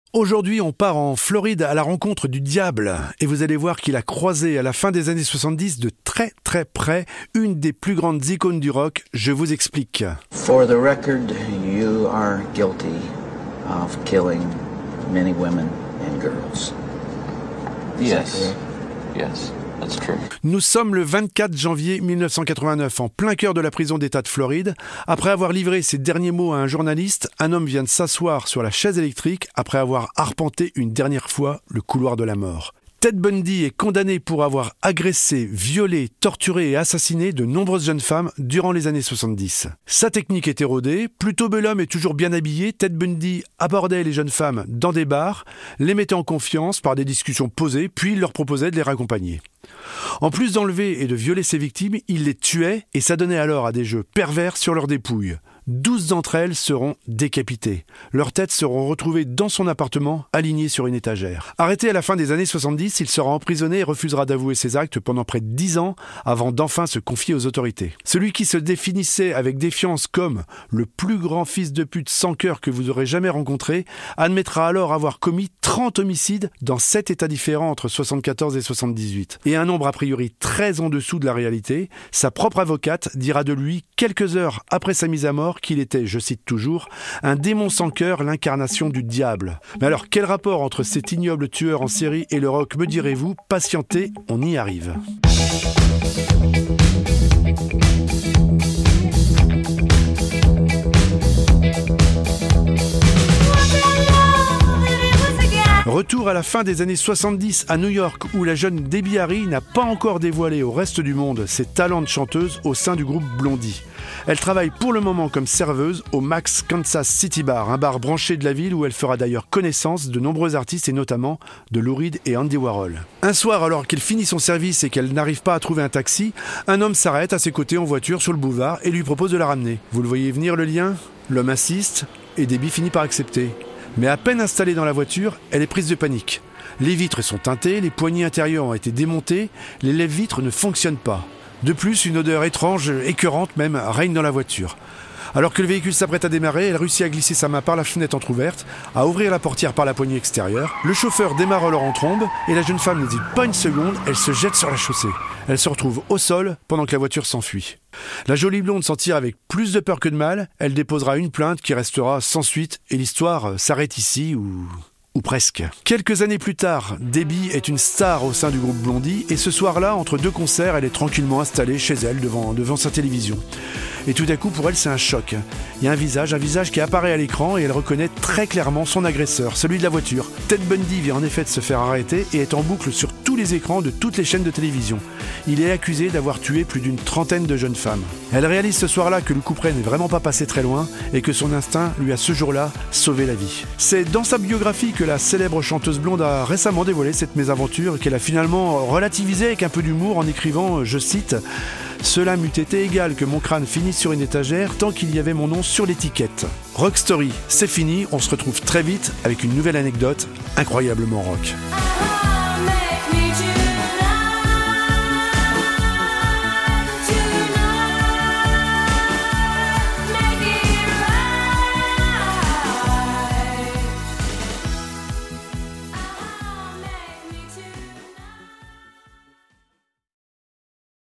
Aujourd'hui, on part en Floride à la rencontre du diable et vous allez voir qu'il a croisé à la fin des années 70 de très très près une des plus grandes icônes du rock. Je vous explique. For the record, you are guilty of killing many women and girls. Yes. That's true. Nous sommes le 24 janvier 1989, en plein cœur de la prison d'État de Floride. Après avoir livré ses derniers mots à un journaliste, un homme vient de s'asseoir sur la chaise électrique après avoir arpenté une dernière fois le couloir de la mort. Ted Bundy est condamné pour avoir agressé, violé, torturé et assassiné de nombreuses jeunes femmes durant les années 70. Sa technique est érodée, plutôt bel homme et toujours bien habillé, Ted Bundy abordait les jeunes femmes dans des bars, les mettait en confiance par des discussions posées, puis leur proposait de les raccompagner. En plus d'enlever et de violer ses victimes, il les tuait et s'adonnait alors à des jeux pervers sur leurs dépouilles. 12 d'entre elles seront décapitées. Leurs têtes seront retrouvées dans son appartement, alignées sur une étagère. Arrêté à la fin des années 70, il sera emprisonné et refusera d'avouer ses actes pendant près de 10 ans avant d'enfin se confier aux autorités. Celui qui se définissait avec défiance comme le plus grand fils de pute sans cœur que vous aurez jamais rencontré, admettra alors avoir commis 30 homicides dans 7 états différents entre 74 et 78. Et un nombre a priori très en dessous de la réalité. Sa propre avocate dira de lui, quelques heures après sa mise à mort, qu'il était, je cite toujours, un démon sans cœur, l'incarnation du diable. Mais alors, quel rapport entre cet ignoble tueur en série et le rock, me direz-vous? Patientez, on y arrive. Retour à la fin des années 70 à New York où la jeune Debbie Harry n'a pas encore dévoilé au reste du monde ses talents de chanteuse au sein du groupe Blondie. Elle travaille pour le moment comme serveuse au Max Kansas City Bar, un bar branché de la ville où elle fera d'ailleurs connaissance de nombreux artistes et notamment de Lou Reed et Andy Warhol. Un soir, alors qu'elle finit son service et qu'elle n'arrive pas à trouver un taxi, un homme s'arrête à ses côtés en voiture sur le boulevard et lui propose de la ramener. Vous le voyez venir le lien? L'homme insiste et Debbie finit par accepter. Mais à peine installée dans la voiture, elle est prise de panique. Les vitres sont teintées, les poignées intérieures ont été démontées, les lève-vitres ne fonctionnent pas. De plus, une odeur étrange, écœurante même, règne dans la voiture. Alors que le véhicule s'apprête à démarrer, elle réussit à glisser sa main par la fenêtre entrouverte, à ouvrir la portière par la poignée extérieure. Le chauffeur démarre alors en trombe et la jeune femme n'hésite pas une seconde, elle se jette sur la chaussée. Elle se retrouve au sol pendant que la voiture s'enfuit. La jolie blonde s'en tire avec plus de peur que de mal, elle déposera une plainte qui restera sans suite et l'histoire s'arrête ici ou presque. Quelques années plus tard, Debbie est une star au sein du groupe Blondie et ce soir-là, entre deux concerts, elle est tranquillement installée chez elle devant sa télévision. Et tout à coup, pour elle, c'est un choc. Il y a un visage qui apparaît à l'écran et elle reconnaît très clairement son agresseur, celui de la voiture. Ted Bundy vient en effet de se faire arrêter et est en boucle sur tous les écrans de toutes les chaînes de télévision. Il est accusé d'avoir tué plus d'une trentaine de jeunes femmes. Elle réalise ce soir-là que le couperet n'est vraiment pas passé très loin et que son instinct lui a ce jour-là sauvé la vie. C'est dans sa biographie que la célèbre chanteuse blonde a récemment dévoilé cette mésaventure qu'elle a finalement relativisée avec un peu d'humour en écrivant, je cite, « Cela m'eût été égal que mon crâne finisse sur une étagère tant qu'il y avait mon nom sur l'étiquette. » Rock Story, c'est fini, on se retrouve très vite avec une nouvelle anecdote incroyablement rock.